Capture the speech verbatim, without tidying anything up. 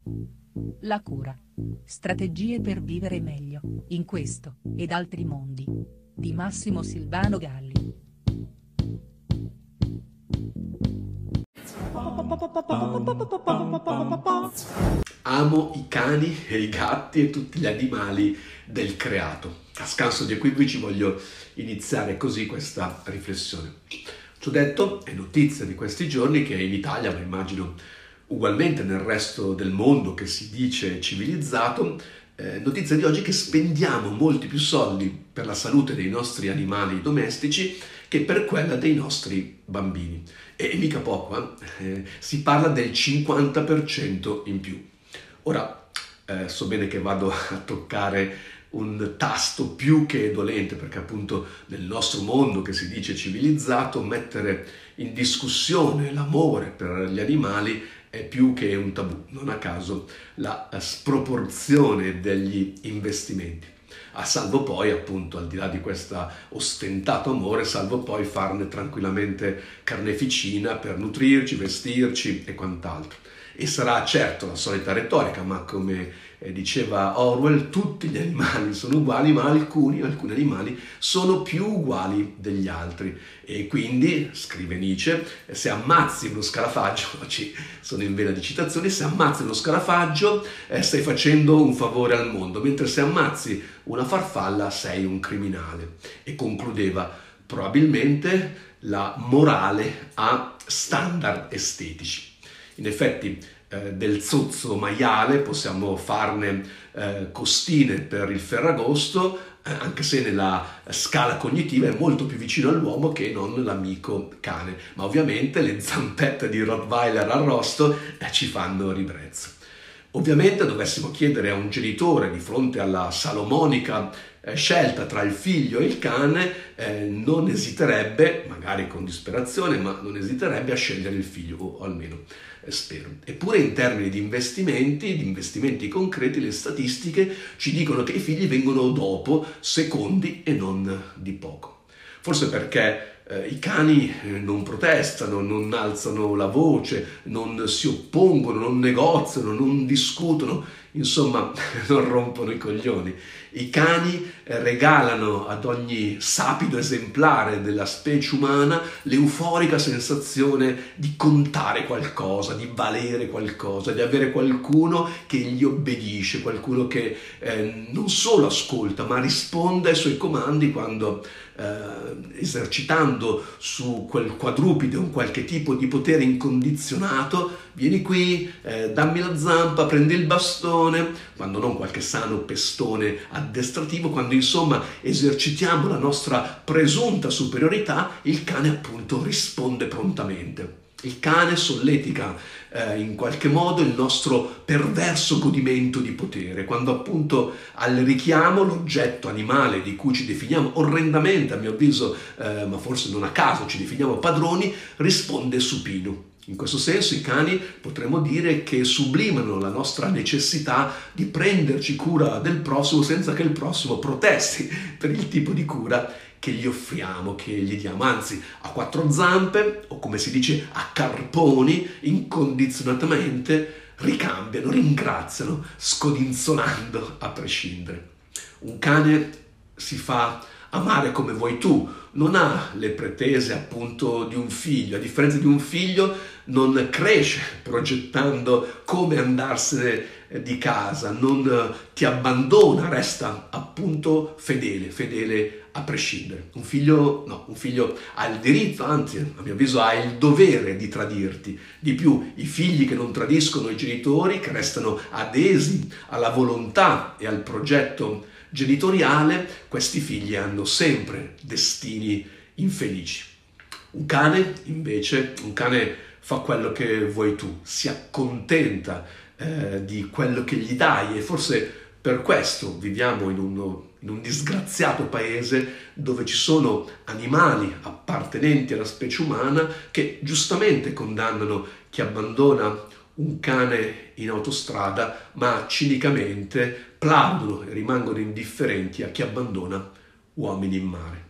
La cura. Strategie per vivere meglio, in questo, ed altri mondi. Di Massimo Silvano Galli. Amo i cani e i gatti e tutti gli animali del creato. A scanso di equivoci voglio iniziare così questa riflessione. Ci ho detto, è notizia di questi giorni, che in Italia, ma immagino ugualmente nel resto del mondo che si dice civilizzato, eh, notizia di oggi che spendiamo molti più soldi per la salute dei nostri animali domestici che per quella dei nostri bambini. E mica poco, eh? Eh, si parla del cinquanta per cento in più. Ora, eh, so bene che vado a toccare un tasto più che dolente, perché appunto nel nostro mondo che si dice civilizzato, mettere in discussione l'amore per gli animali è più che un tabù, non a caso la sproporzione degli investimenti. A salvo poi, appunto, al di là di questo ostentato amore, salvo poi farne tranquillamente carneficina per nutrirci, vestirci e quant'altro. E sarà certo la solita retorica, ma come eh, diceva Orwell, tutti gli animali sono uguali, ma alcuni, alcuni animali sono più uguali degli altri. E quindi, scrive Nietzsche, se ammazzi uno scarafaggio, oggi sono in vena di citazioni, se ammazzi uno scarafaggio eh, stai facendo un favore al mondo, mentre se ammazzi una farfalla sei un criminale. E concludeva, probabilmente la morale ha standard estetici. In effetti eh, del zozzo maiale possiamo farne eh, costine per il Ferragosto, eh, anche se nella scala cognitiva è molto più vicino all'uomo che non l'amico cane. Ma ovviamente le zampette di Rottweiler arrosto eh, ci fanno ribrezzo. Ovviamente dovessimo chiedere a un genitore di fronte alla salomonica eh, scelta tra il figlio e il cane, eh, non esiterebbe, magari con disperazione, ma non esiterebbe a scegliere il figlio, o almeno eh, spero. Eppure in termini di investimenti, di investimenti concreti, le statistiche ci dicono che i figli vengono dopo, secondi e non di poco. Forse perché eh, i cani non protestano, non alzano la voce, non si oppongono, non negoziano, non discutono, insomma non rompono i coglioni. I cani eh, regalano ad ogni sapido esemplare della specie umana l'euforica sensazione di contare qualcosa, di valere qualcosa, di avere qualcuno che gli obbedisce, qualcuno che eh, non solo ascolta ma risponde ai suoi comandi quando eh, esercitando su quel quadrupede un qualche tipo di potere incondizionato, vieni qui, eh, dammi la zampa, prendi il bastone, quando non qualche sano pestone addestrativo, quando insomma esercitiamo la nostra presunta superiorità, il cane appunto risponde prontamente. Il cane solletica eh, in qualche modo il nostro perverso godimento di potere, quando appunto al richiamo l'oggetto animale di cui ci definiamo orrendamente, a mio avviso, eh, ma forse non a caso ci definiamo padroni, risponde supino. In questo senso i cani potremmo dire che sublimano la nostra necessità di prenderci cura del prossimo senza che il prossimo protesti per il tipo di cura che gli offriamo, che gli diamo, anzi a quattro zampe o come si dice a carponi, incondizionatamente ricambiano, ringraziano, scodinzolando a prescindere. Un cane si fa amare come vuoi tu, non ha le pretese appunto di un figlio, a differenza di un figlio non cresce progettando come andarsene di casa, non ti abbandona, resta appunto fedele, fedele a prescindere. Un figlio no, un figlio ha il diritto, anzi a mio avviso ha il dovere di tradirti. Di più, i figli che non tradiscono i genitori, che restano adesi alla volontà e al progetto genitoriale, questi figli hanno sempre destini infelici. Un cane invece, un cane fa quello che vuoi tu, si accontenta eh, di quello che gli dai e forse per questo viviamo in, uno, in un disgraziato paese dove ci sono animali appartenenti alla specie umana che giustamente condannano chi abbandona un cane in autostrada, ma cinicamente plaudono e rimangono indifferenti a chi abbandona uomini in mare.